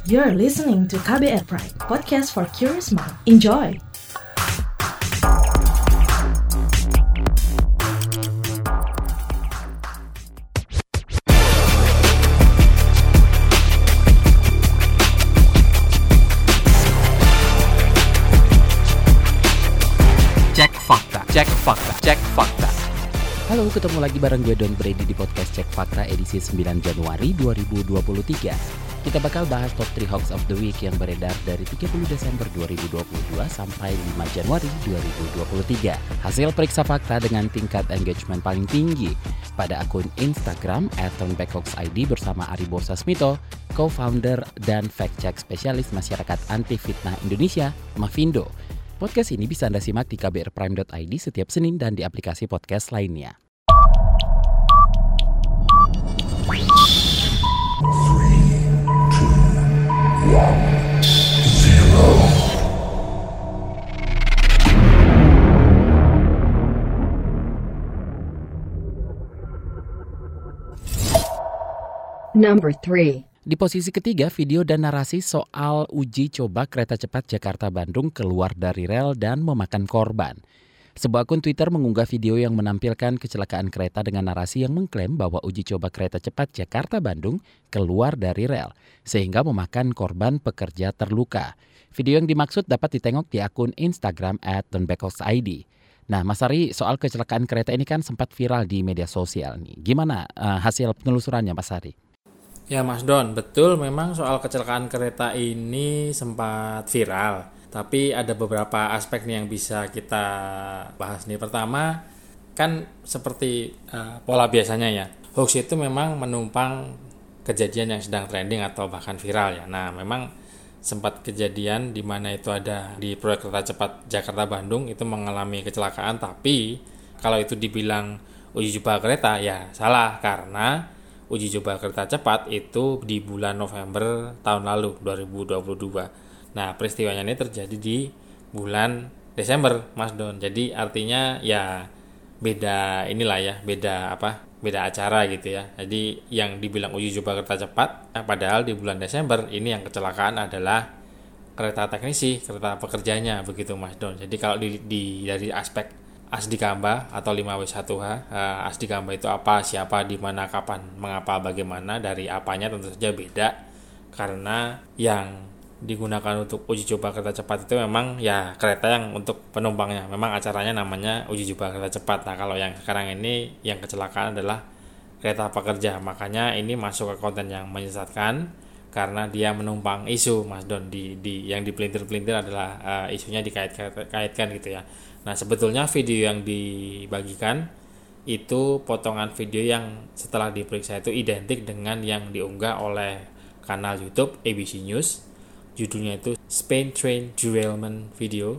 You're listening to KBR Pride, podcast for curious mind. Enjoy! Cek fakta. Halo, ketemu lagi bareng gue Don Brady di podcast Cek Fakta edisi 9 Januari 2023. Kita bakal bahas top 3 hoax of the week yang beredar dari 30 Desember 2022 sampai 5 Januari 2023. Hasil periksa fakta dengan tingkat engagement paling tinggi pada akun Instagram @turnbackhoaxid bersama Aribo Sasmito, co-founder dan fact-check spesialis masyarakat anti fitnah Indonesia, Mavindo. Podcast ini bisa Anda simak di kbrprime.id setiap Senin dan di aplikasi podcast lainnya. Number 3. Di posisi ketiga, video dan narasi soal uji coba kereta cepat Jakarta-Bandung keluar dari rel dan memakan korban. Sebuah akun Twitter mengunggah video yang menampilkan kecelakaan kereta dengan narasi yang mengklaim bahwa uji coba kereta cepat Jakarta-Bandung keluar dari rel, sehingga memakan korban pekerja terluka. Video yang dimaksud dapat ditengok di akun Instagram @turnbackhoaxid. Nah, Mas Ari, soal kecelakaan kereta ini kan sempat viral di media sosial nih. Gimana hasil penelusurannya, Mas Ari? Ya Mas Don, betul memang soal kecelakaan kereta ini sempat viral. Tapi ada beberapa aspek nih yang bisa kita bahas nih. Pertama, kan seperti pola biasanya ya. Hoax itu memang menumpang kejadian yang sedang trending atau bahkan viral ya. Nah, memang sempat kejadian di mana itu ada di proyek kereta cepat Jakarta-Bandung itu mengalami kecelakaan. Tapi kalau itu dibilang uji coba kereta ya salah, karena uji coba kereta cepat itu di bulan November tahun lalu 2022. Nah, peristiwanya ini terjadi di bulan Desember, Mas Don. Jadi artinya ya beda inilah ya, beda acara gitu ya. Jadi yang dibilang uji coba kereta cepat, padahal di bulan Desember ini yang kecelakaan adalah kereta teknisi, kereta pekerjanya begitu, Mas Don. Jadi kalau dari aspek Asdikamba atau 5W1H, Asdikamba itu apa, siapa, di mana, kapan, mengapa, bagaimana, dari apanya tentu saja beda. Karena yang digunakan untuk uji coba kereta cepat itu memang ya kereta yang untuk penumpangnya. Memang acaranya namanya uji coba kereta cepat. Nah, kalau yang sekarang ini yang kecelakaan adalah kereta pekerja. Makanya ini masuk ke konten yang menyesatkan karena dia menumpang isu, Mas Don. Yang dipelintir-pelintir adalah isunya dikait-kaitkan gitu ya. Nah, sebetulnya video yang dibagikan itu potongan video yang setelah diperiksa itu identik dengan yang diunggah oleh kanal YouTube ABC News. Judulnya itu Spain Train Derailment Video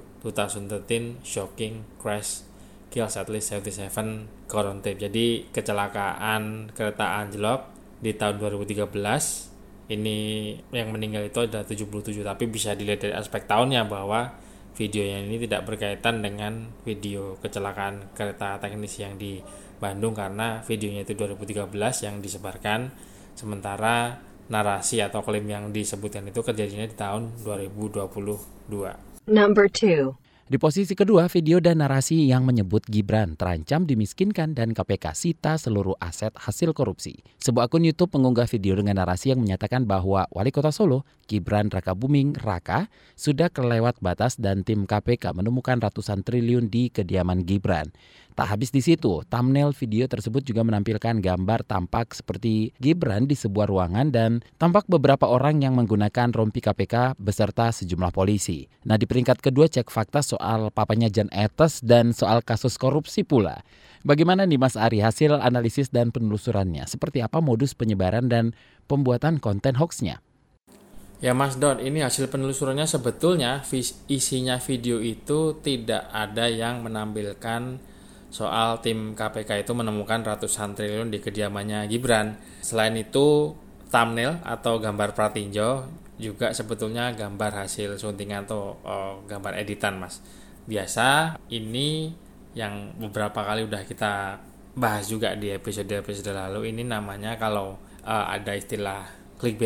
2013 Shocking Crash Kills at least 77 Coron Tape. Jadi kecelakaan kereta anjlok di tahun 2013. Ini yang meninggal itu ada 77, tapi bisa dilihat dari aspek tahunnya bahwa videonya ini tidak berkaitan dengan video kecelakaan kereta teknis yang di Bandung, karena videonya itu 2013 yang disebarkan, sementara narasi atau klaim yang disebutkan itu kejadiannya di tahun 2022. Number 2. Di posisi kedua, video dan narasi yang menyebut Gibran terancam dimiskinkan dan KPK sita seluruh aset hasil korupsi. Sebuah akun YouTube mengunggah video dengan narasi yang menyatakan bahwa Wali Kota Solo, Gibran Rakabuming Raka, sudah kelewat batas dan tim KPK menemukan ratusan triliun di kediaman Gibran. Tak habis di situ, thumbnail video tersebut juga menampilkan gambar tampak seperti Gibran di sebuah ruangan dan tampak beberapa orang yang menggunakan rompi KPK beserta sejumlah polisi. Nah, di peringkat kedua cek fakta soal papanya Jan Etes dan soal kasus korupsi pula. Bagaimana nih Mas Ari hasil analisis dan penelusurannya? Seperti apa modus penyebaran dan pembuatan konten hoaxnya? Ya Mas Don, ini hasil penelusurannya sebetulnya isinya video itu tidak ada yang menampilkan soal tim KPK itu menemukan ratusan triliun di kediamannya Gibran. Selain itu, thumbnail atau gambar pratinjo juga sebetulnya gambar hasil suntingan atau gambar editan, Mas. Biasa ini yang beberapa kali udah kita bahas juga di episode-episode lalu, ini namanya kalau ada istilah clickbait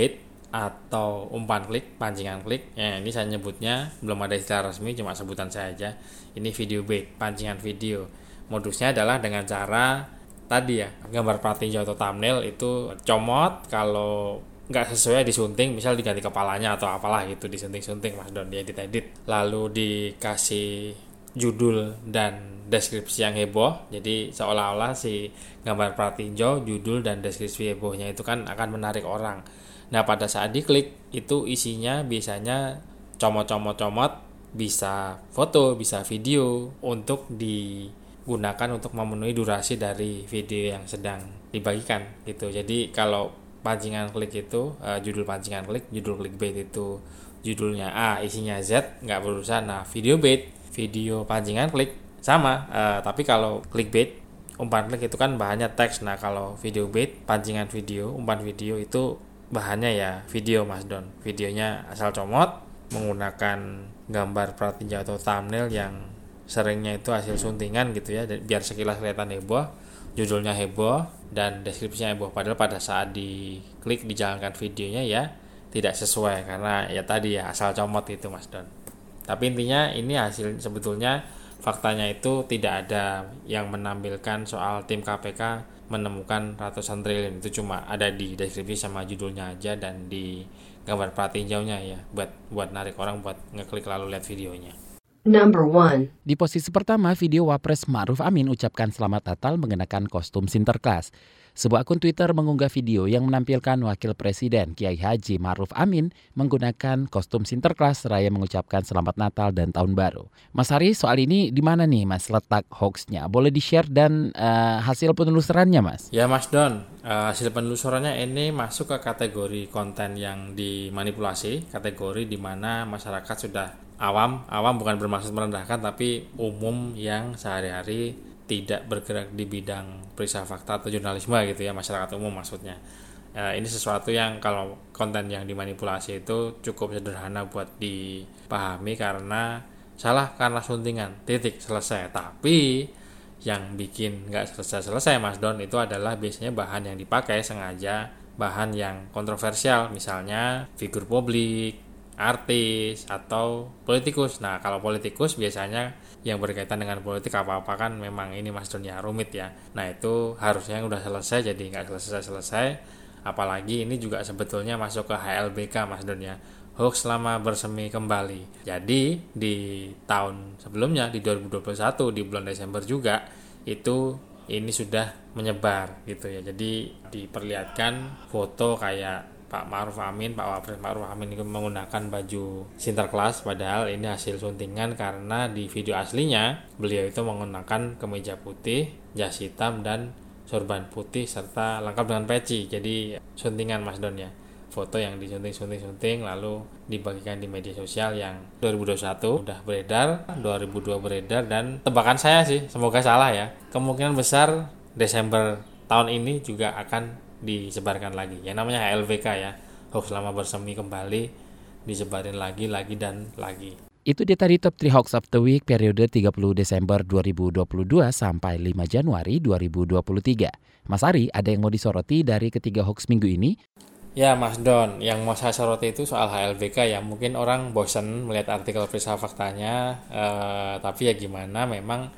atau umpan klik, pancingan klik. Ya, ini saya nyebutnya, belum ada istilah resmi, cuma sebutan saya aja. Ini video bait, pancingan video. Modusnya adalah dengan cara tadi ya, gambar pratinjau atau thumbnail itu comot, kalau nggak sesuai disunting, misal diganti kepalanya atau apalah gitu, disunting-sunting Mas Don, diedit-edit, lalu dikasih judul dan deskripsi yang heboh. Jadi seolah-olah si gambar pratinjau, judul dan deskripsi hebohnya itu kan akan menarik orang. Nah, pada saat diklik itu isinya biasanya comot-comot-comot, bisa foto, bisa video, untuk digunakan untuk memenuhi durasi dari video yang sedang dibagikan gitu. Jadi kalau pancingan klik itu, judul pancingan klik, judul clickbait itu judulnya A, isinya Z, nggak berurusan. Nah, video bait, video pancingan klik sama, tapi kalau clickbait, umpan klik itu kan bahannya teks. Nah, kalau video bait, pancingan video, umpan video itu bahannya ya video Mas Don. Videonya asal comot, menggunakan gambar pratinjau atau thumbnail yang seringnya itu hasil suntingan gitu ya, biar sekilas kelihatan heboh, judulnya heboh dan deskripsinya heboh, padahal pada saat diklik dijalankan videonya ya tidak sesuai, karena ya tadi ya asal comot itu Mas Don. Tapi intinya ini hasil, sebetulnya faktanya itu tidak ada yang menampilkan soal tim KPK menemukan ratusan triliun, itu cuma ada di deskripsi sama judulnya aja dan di gambar pratinjaunya ya, buat narik orang buat ngeklik lalu lihat videonya. Number 1. Di posisi pertama, video Wapres Ma'ruf Amin ucapkan selamat Natal mengenakan kostum Sinterklas. Sebuah akun Twitter mengunggah video yang menampilkan Wakil Presiden Kiai Haji Ma'ruf Amin menggunakan kostum Sinterklas seraya mengucapkan selamat Natal dan Tahun Baru. Mas Hari, soal ini di mana nih Mas letak hoaxnya? Boleh di-share dan hasil penelusurannya Mas? Ya Mas Don, hasil penelusurannya ini masuk ke kategori konten yang dimanipulasi, kategori di mana masyarakat sudah awam bukan bermaksud merendahkan, tapi umum yang sehari-hari tidak bergerak di bidang periksa fakta atau jurnalisme gitu ya, masyarakat umum maksudnya. Ini sesuatu yang kalau konten yang dimanipulasi itu cukup sederhana buat dipahami, karena salah karena suntingan, titik, selesai. Tapi yang bikin nggak selesai Mas Don itu adalah biasanya bahan yang dipakai sengaja bahan yang kontroversial, misalnya figur publik, artis, atau politikus. Nah, kalau politikus biasanya yang berkaitan dengan politik apa-apa kan memang ini Mas Don ya rumit ya. Nah, itu harusnya udah selesai, jadi nggak selesai-selesai. Apalagi ini juga sebetulnya masuk ke HLBK Mas Don ya, hoax lama bersemi kembali. Jadi di tahun sebelumnya, di 2021 di bulan Desember juga itu ini sudah menyebar gitu ya. Jadi diperlihatkan foto kayak Pak Ma'ruf Amin, Pak Wapres Ma'ruf Amin itu menggunakan baju Sinterklas, padahal ini hasil suntingan karena di video aslinya beliau itu menggunakan kemeja putih, jas hitam dan sorban putih serta lengkap dengan peci. Jadi suntingan Mas Don ya. Foto yang disunting lalu dibagikan di media sosial yang 2021 udah beredar, 2002 beredar, dan tebakan saya sih, semoga salah ya, kemungkinan besar Desember tahun ini juga akan disebarkan lagi. Yang namanya HLVK ya, hoax lama bersemi kembali, disebarin lagi dan lagi. Itu dia tadi Top 3 Hoax of the Week periode 30 Desember 2022 sampai 5 Januari 2023. Mas Ari, ada yang mau disoroti dari ketiga hoax minggu ini? Ya Mas Don, yang mau saya soroti itu soal HLVK ya. Mungkin orang bosan melihat artikel periksa faktanya, tapi ya gimana, memang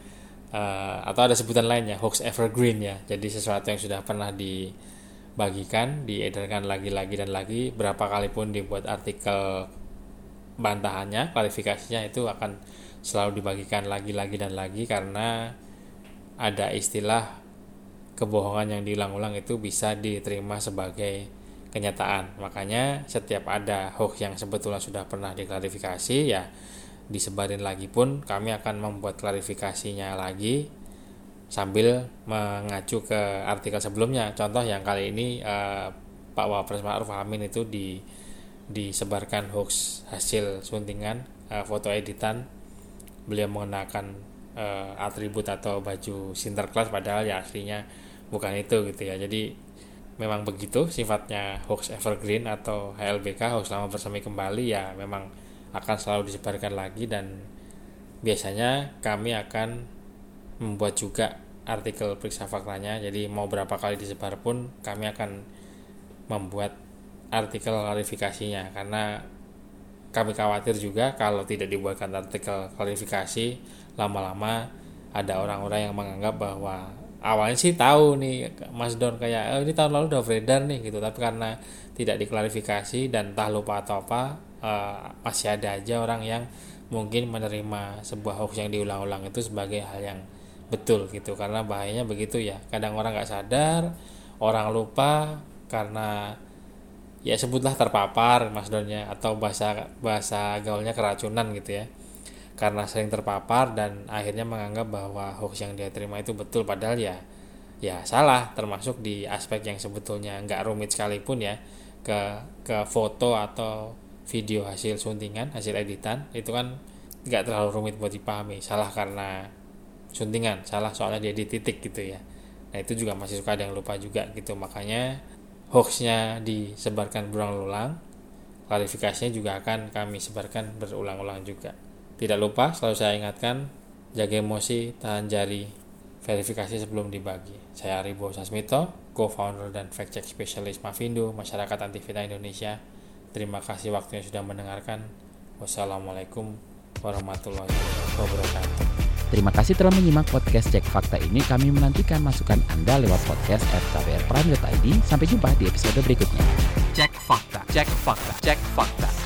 atau ada sebutan lainnya, hoax evergreen ya. Jadi sesuatu yang sudah pernah dibagikan, diedarkan lagi dan lagi, berapa kali pun dibuat artikel bantahannya, klarifikasinya, itu akan selalu dibagikan lagi dan lagi, karena ada istilah kebohongan yang diulang-ulang itu bisa diterima sebagai kenyataan. Makanya setiap ada hoax yang sebetulnya sudah pernah diklarifikasi ya disebarin lagi pun kami akan membuat klarifikasinya lagi sambil mengacu ke artikel sebelumnya. Contoh yang kali ini Pak Wapres Ma'ruf Amin itu disebarkan hoax hasil suntingan foto editan beliau mengenakan atribut atau baju Sinterklas, padahal ya aslinya bukan itu gitu ya. Jadi memang begitu sifatnya hoax evergreen atau HLBK, hoax lama bersemi kembali, ya memang akan selalu disebarkan lagi, dan biasanya kami akan membuat juga artikel periksa faktanya. Jadi mau berapa kali disebar pun kami akan membuat artikel klarifikasinya, karena kami khawatir juga kalau tidak dibuatkan artikel klarifikasi, lama-lama ada orang-orang yang menganggap bahwa awalnya sih tahu nih Mas Don kayak ini tahun lalu udah beredar nih gitu, tapi karena tidak diklarifikasi dan entah lupa atau apa, masih ada aja orang yang mungkin menerima sebuah hoax yang diulang-ulang itu sebagai hal yang betul gitu. Karena bahayanya begitu ya, kadang orang nggak sadar, orang lupa karena ya sebutlah terpapar Mas Donnya, atau bahasa gaulnya keracunan gitu ya, karena sering terpapar dan akhirnya menganggap bahwa hoax yang dia terima itu betul, padahal ya salah, termasuk di aspek yang sebetulnya nggak rumit sekalipun ya, ke foto atau video hasil suntingan, hasil editan itu kan nggak terlalu rumit buat dipahami. Salah karena suntingan, salah soalnya dia di titik gitu ya. Nah itu juga masih suka ada yang lupa juga gitu, makanya hoaxnya disebarkan berulang-ulang, klarifikasinya juga akan kami sebarkan berulang-ulang juga. Tidak lupa selalu saya ingatkan, jaga emosi, tahan jari, verifikasi sebelum dibagi. Saya Aribo Sasmito, co-founder dan fact-check specialist Mavindo, Masyarakat Anti Fitnah Indonesia. Terima kasih waktunya sudah mendengarkan. Wassalamualaikum warahmatullahi wabarakatuh. Terima kasih telah menyimak podcast Cek Fakta ini. Kami menantikan masukan Anda lewat podcast @kbrprime.id. Sampai jumpa di episode berikutnya. Cek Fakta, Cek Fakta, Cek Fakta.